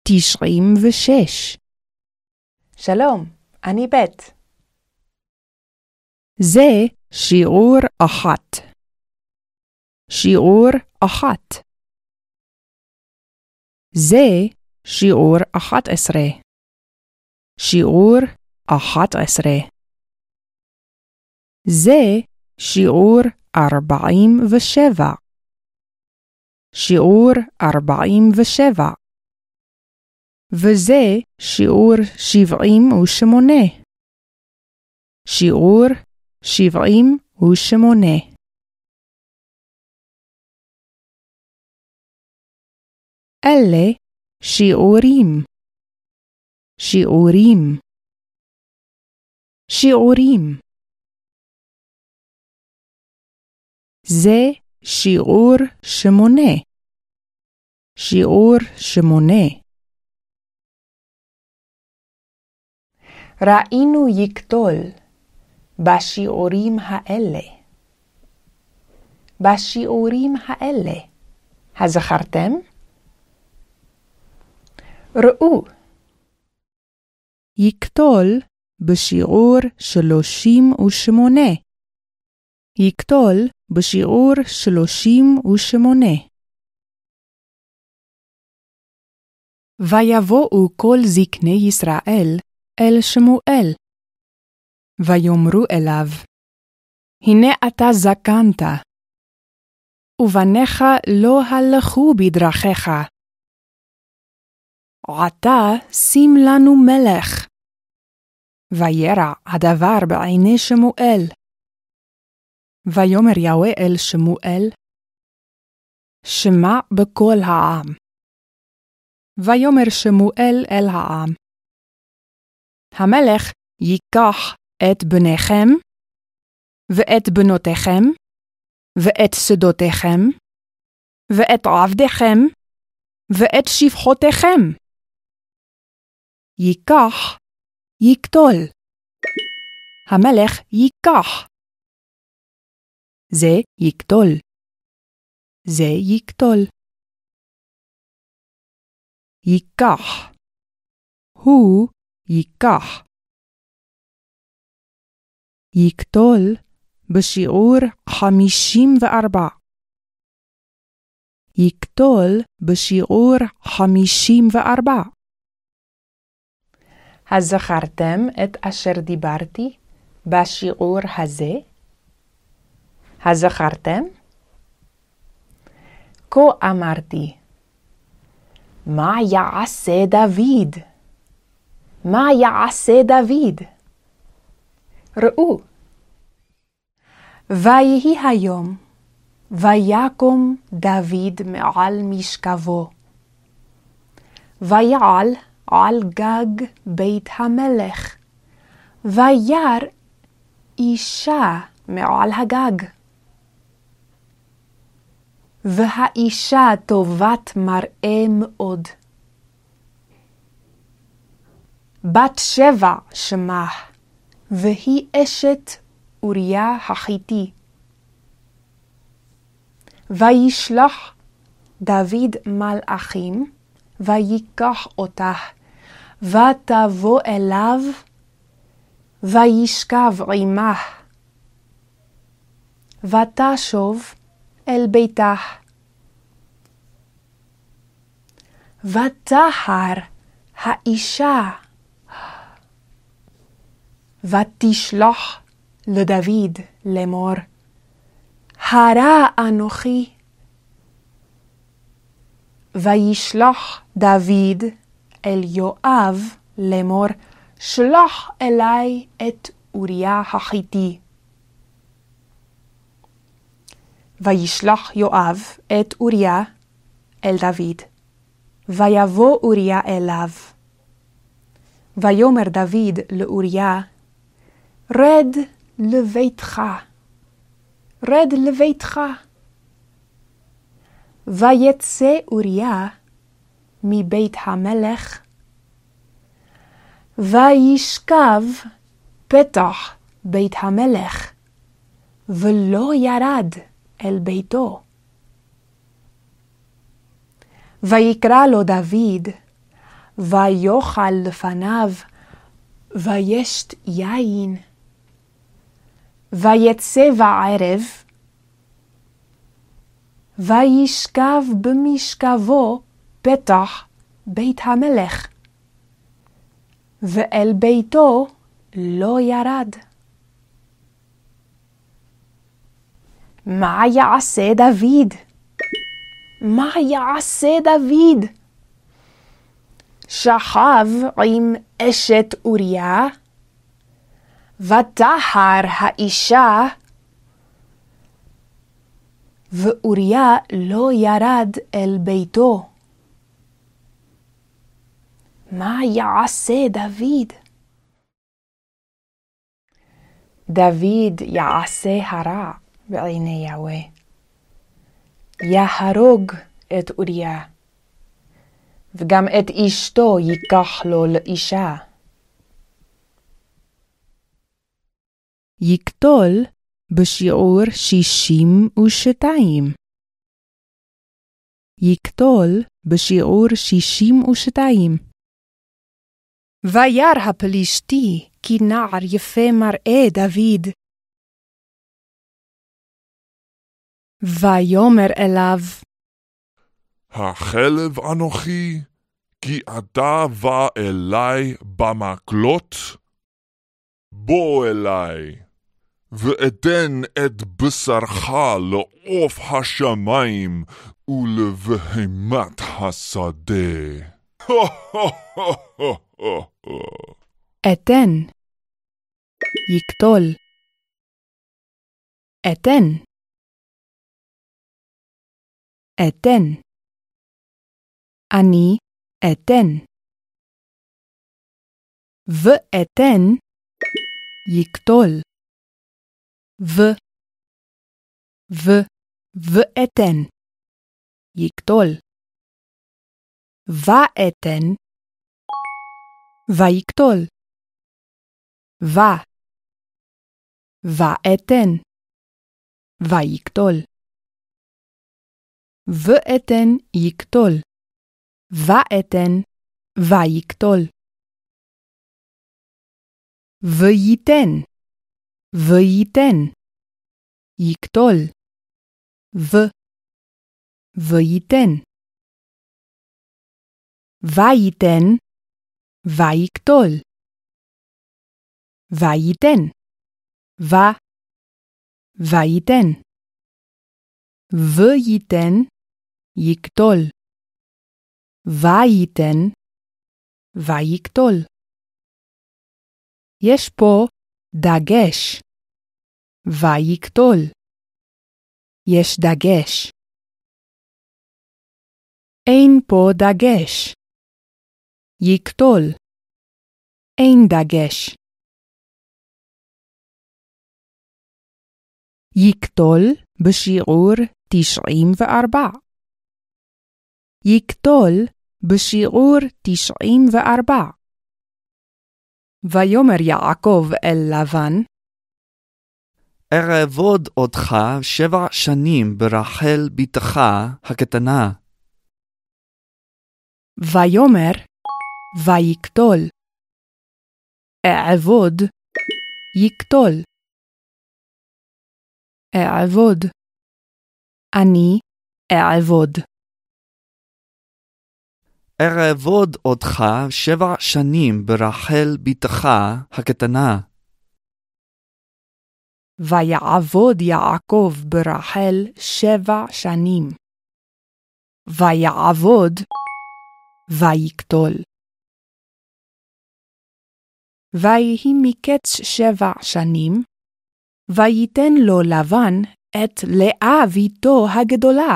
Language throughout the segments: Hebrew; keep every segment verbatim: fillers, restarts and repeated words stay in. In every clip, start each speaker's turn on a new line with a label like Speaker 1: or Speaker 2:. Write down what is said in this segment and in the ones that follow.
Speaker 1: תשעים ושש.
Speaker 2: שלום, אני בית.
Speaker 1: זה שיעור אחת. שיעור אחת. זה שיעור אחת עשרה. שיעור אחת עשרה. זה שיעור ארבעים ושבע. שיעור ארבעים ושבע. וזה שיעור שבעים ושמונה. שיעור שבעים ושמונה. אלה שיעורים. שיעורים. שיעורים. זה שיעור שמונה. שיעור שמונה.
Speaker 2: ראינו יקטול בשיעורים האלה. בשיעורים האלה. הזכרתם? ראו.
Speaker 1: יקטול בשיעור שלושים ושמונה. יקטול בשיעור שלושים ושמונה. ויבואו כל זקני ישראל אל שמואל. ויאמרו אליו, הנה אתה זקנת, ובניך לא הלכו בדרכיך. עתה שים לנו מלך. וירע הדבר בעיני שמואל. ויאמר יהוה אל שמואל, שמע בקול העם. ויאמר שמואל אל העם, המלך ייקח את בניכם, ואת בנותיכם, ואת שדותיכם, ואת עבדיכם, ואת שפחותיכם. ייקח, יקטול. המלך ייקח. זה יקטול. זה יקטול. ייקח. הוא ייקח. יקטול בשיעור חמישים וארבע. יקטול בשיעור חמישים וארבע.
Speaker 2: הזכרתם את אשר דיברתי בשיעור הזה? הזכרתם? כה אמרתי, מה יעשה דוד? מה יעשה דוד? ראו. ויהי היום, ויקום דוד מעל משכבו. ויעל על גג בית המלך, וירא אישה מעל הגג. והאישה טובת מראה מאוד. בת שבע שמה, והיא אשת אוריה החיתי. וישלח דוד מלאכים, ויקח אותה, ותבוא אליו, וישכב עמה, ותשוב אל ביתה. ותהר האישה, ותשלח לדוד לאמור, הרע אנוכי. וישלח דוד אל יואב לאמור, שלח אלי את אוריה החיתי. וישלח יואב את אוריה אל דוד. ויבוא אוריה אליו. ויאמר דוד לאוריה, רד לביתך. רד לביתך. ויצא אוריה מבית המלך, וישכב פתח בית המלך, ולא ירד אל ביתו. ויקרא לו דוד, ויאכל לפניו, וישת יין. ויצא בערב, וישכב במשכבו פתח בית המלך, ואל ביתו לא ירד. מה יעשה דוד? מה יעשה דוד? שכב עם אשת אוריה, ותחר האישה, ואוריה לא ירד אל ביתו. מה יעשה דוד? דוד יעשה הרע בעיני יהוה, יהרוג את אוריה, וגם את אשתו ייקח לו לאישה.
Speaker 1: יקטול בשיעור שישים ושתיים. יקטול בשיעור שישים ושתיים. וירא הפלישתי כי נער יפה מראה דוד. ויאמר אליו,
Speaker 3: החלב אנוכי, כי אתה בא אלי במקלות? בוא אלי, ואתן את בשרך לעוף השמיים ולבהמת השדה.
Speaker 1: אתן. יקטול. אתן. אתן. אני אתן. ואתן יקטול. ו. ו. ואתן יקטול. ואתן ויקטול. ו. ואתן ויקטול. ואתן יקטול. ואתן ויקטול. וייתן. וייתן יקטול. ו. וייתן. וייתן ויקטול. וייתן. ו. וייתן. וייתן יקטול. וייתן ויקטול. יש פה דגש. ויקטול. יש דגש. אין פה דגש. יקטול. אין דגש. יקטול בשיעור תשעים וארבע. יקטול בשיעור תשעים וארבע. ויאמר יעקב אל לבן,
Speaker 4: אעבוד אותך שבע שנים ברחל בתך הקטנה.
Speaker 1: ויאמר ויקטול. אעבוד יקטול. אעבוד. אני אעבוד.
Speaker 4: אעבוד אותך שבע שנים ברחל בתך הקטנה.
Speaker 1: ויעבוד יעקב ברחל שבע שנים. ויעבוד ויקטול. ויהי מקץ שבע שנים, וייתן לו לבן את לאה בתו הגדולה.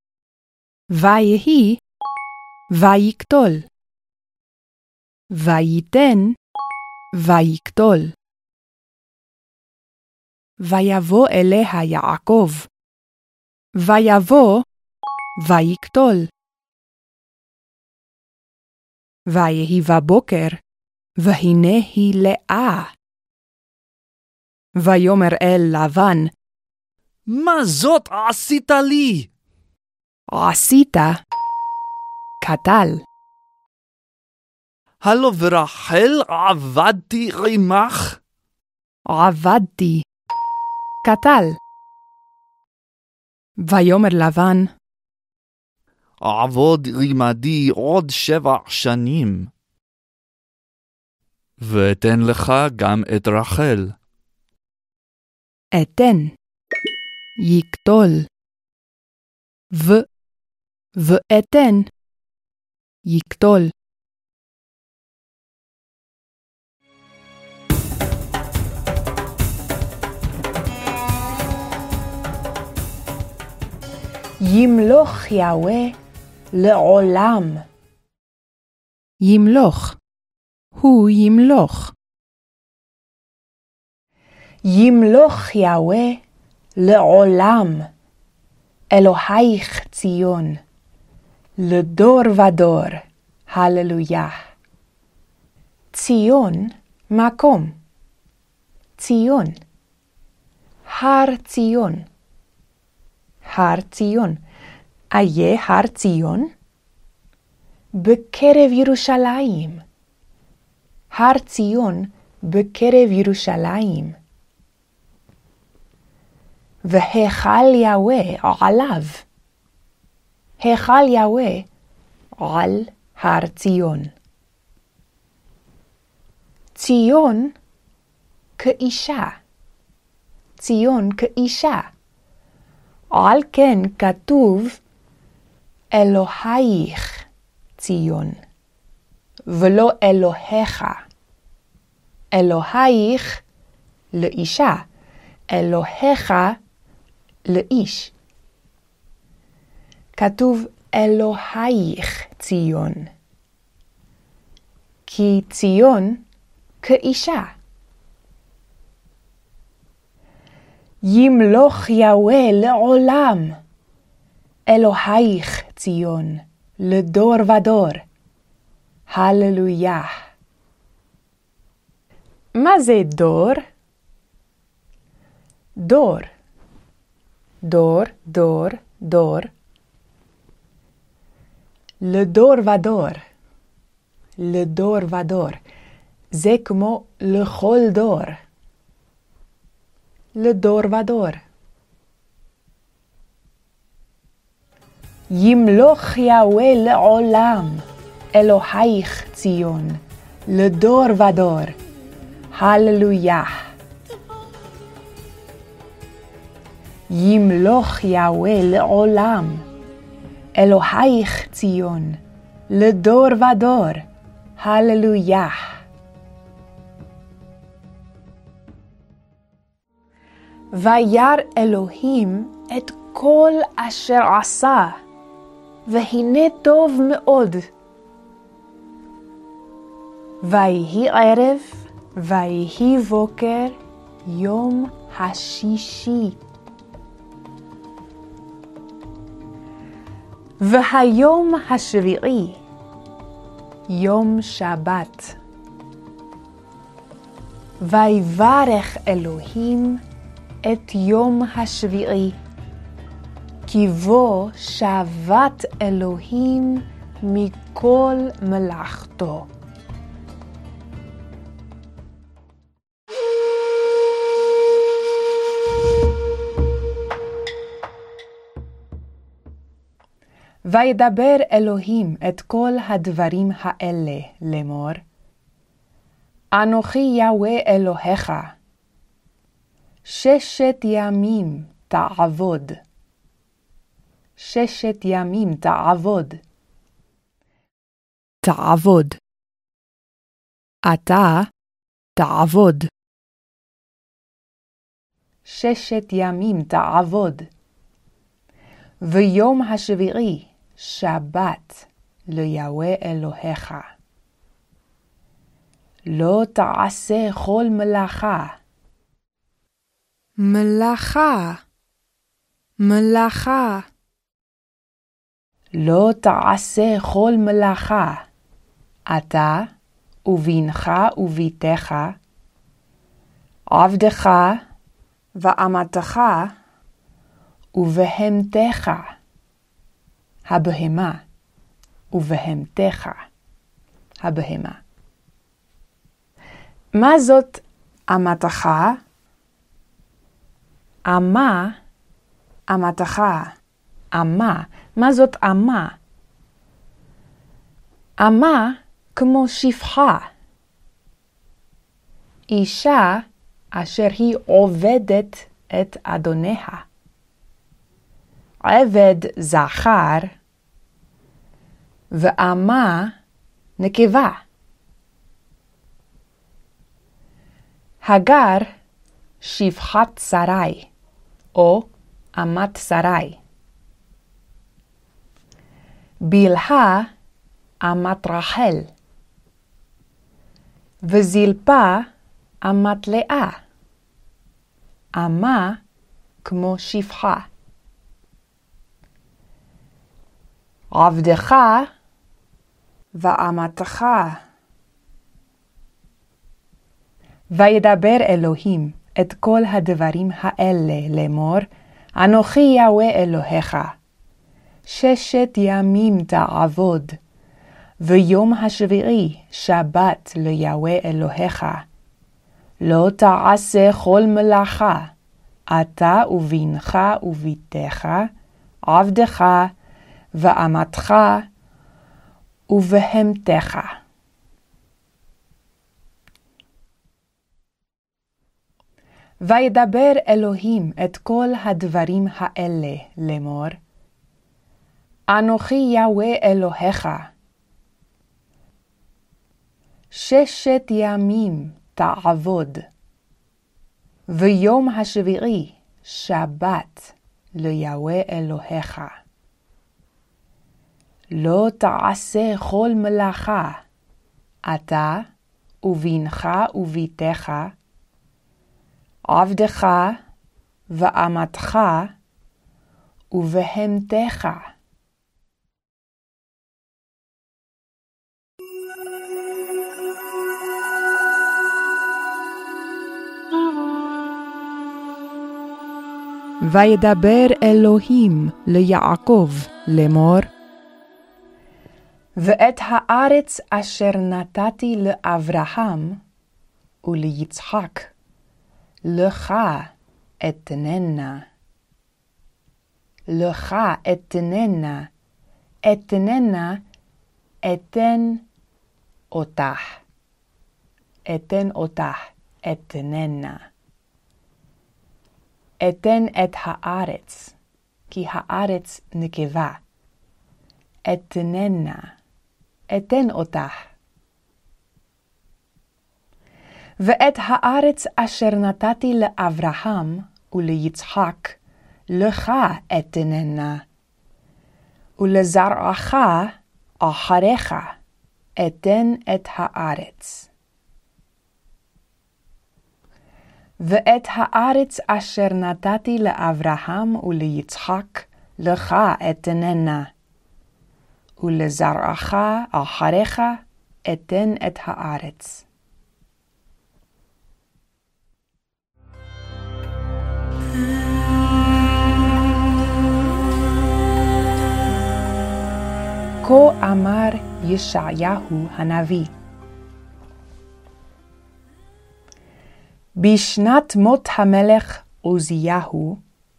Speaker 1: ויהי ויקטול. וייתן ויקטול. ויבוא אליה יעקב. ויבוא ויקטול. ויהי בבוקר, והנה היא לאה. ויאמר אל לבן,
Speaker 4: מה זאת עשית לי?
Speaker 1: עשית קטל.
Speaker 4: הלו ורחל עבדתי עמך?
Speaker 1: עבדתי. קטל. ויאמר לבן,
Speaker 4: אעבוד עמדי עוד שבע שנים. ואתן לך גם את רחל.
Speaker 1: אתן. יקטול. ו. ואתן. יקטול.
Speaker 2: ימלוך יהוה לעולם.
Speaker 1: ימלוך. הוא ימלוך.
Speaker 2: ימלוך יהוה לעולם. אלוהיך ציון. לדור ודור. הללויה. ציון מקום. ציון. הר ציון. הר ציון. איה הר ציון? בקרב ירושלים. הר ציון בקרב ירושלים. והיכל יהוה עליו. היכל יהוה על הר ציון. ציון כאישה. ציון כאישה. על כן כתוב אלוהיך ציון, ולא אלוהיך. אלוהיך לאישה, אלוהיך לאיש. כתוב אלוהיך ציון, כי ציון כאישה. ימלוך יהוה לעולם. אלוהיך ציון, לדור ודור. הללויה. מה זה דור? דור. דור, דור, דור. לדור ודור. לדור ודור. זה כמו לכל דור. לדור ודור. ימלוך יהוה לעולם. אלוהיך ציון. לדור ודור. הללויה. ימלוך יהוה לעולם. אלוהיך ציון. לדור ודור. הללויה. וירא אלוהים את כל אשר עשה, והנה טוב מאוד. ויהי ערב, ויהי בוקר, יום השישי. והיום השביעי, יום שבת. ויברך אלוהים את יום השביעי, כי בו שבת אלוהים מכל מלאכתו. וידבר אלוהים את כל הדברים האלה לאמור, אנוכי יהוה אלוהיך, ששת ימים תעבוד. ששת ימים תעבוד.
Speaker 1: תעבוד. אתה תעבוד.
Speaker 2: ששת ימים תעבוד. ויום השביעי שבת ליהוה אלוהיך. לא תעשה כל מלאכה.
Speaker 1: מלאכה. מלאכה.
Speaker 2: לא תעשה כל מלאכה. אתה ובנך וביתך, עבדך ואמתך ובהמתך, הבהמה ובהמתך, הבהמה. מה זאת אמתך? אמה, אמתך. אמה. מה זאת אמה? אמה כמו שפחה. אישה אשר היא עובדת את אדוניה. עבד זכר ואמה נקבה. הגר שפחת שרי או אמת שרי. בלהה אמת רחל. וזלפה אמת לאה. אמה כמו שפחה. עבדך ואמתך. וידבר אלוהים את כל הדברים האלה לאמור, אנוכי יהוה אלוהיך. ששת ימים תעבוד, ויום השביעי שבת ליהוה אלוהיך. לא תעשה כל מלאכה, אתה ובנך וביתך, עבדך ואמתך ובהמתך. וידבר אלוהים את כל הדברים האלה לאמור, אנוכי יהוה אלוהיך. ששת ימים תעבוד, ויום השביעי שבת ליהוה אלוהיך. לא תעשה כל מלאכה, אתה ובנך וביתך, עבדך ואמתך ובהמתך.
Speaker 1: וידבר אלוהים ליעקב לאמור,
Speaker 2: ואת הארץ אשר נתתי לאברהם וליצחק, לך אתננה. לך אתננה, אתננה, אתן אותך. אתן אותך, אתננה. אתן את הארץ, כי הארץ נקבה. אתננה, אתן אותך. ואת הארץ אשר נתתי לאברהם וליצחק, לך אתננה, ולזרעך אחריך אתן את הארץ. ואת הארץ אשר נתתי לאברהם וליצחק, לך אתננה, ולזרעך אחריך אתן את הארץ. כה אמר ישעיהו הנביא. בשנת מות המלך עוזיהו,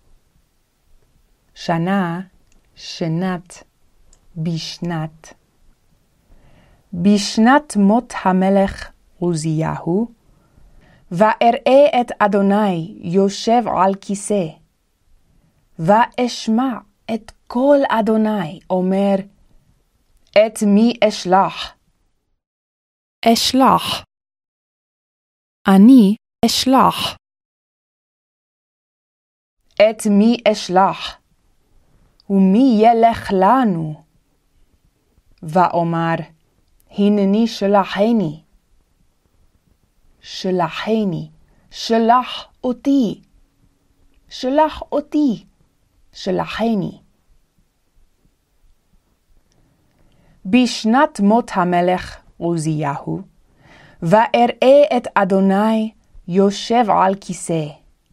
Speaker 2: שנה, שנת, בשנת. בשנת מות המלך עוזיהו, ואראה את אדוני יושב על כיסא, ואשמע את קול אדוני אומר, את מי אשלח?
Speaker 1: אשלח. אני אשלח.
Speaker 2: את מי אשלח? ומי ילך לנו? ואומר, הנני שלחני. שלחני, שלח אותי. שלח אותי, שלחני. בשנת מות המלך עוזיהו, ואראה את אדוני יושב על כיסא,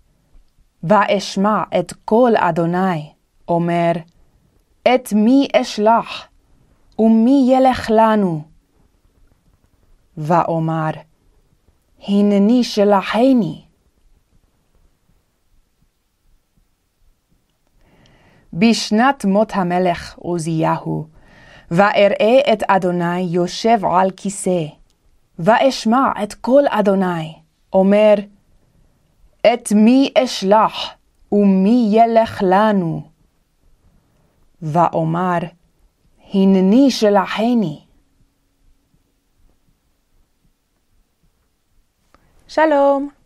Speaker 2: ואשמע את קול אדוני אומר, את מי אשלח, ומי ילך לנו? ואומר, הנני שלחני. בשנת מות המלך עוזיהו, ואראה את אדוני יושב על כיסא, ואשמע את קול אדוני, אומר, את מי אשלח, ומי ילך לנו? ואומר, הנני שלחני. שלום.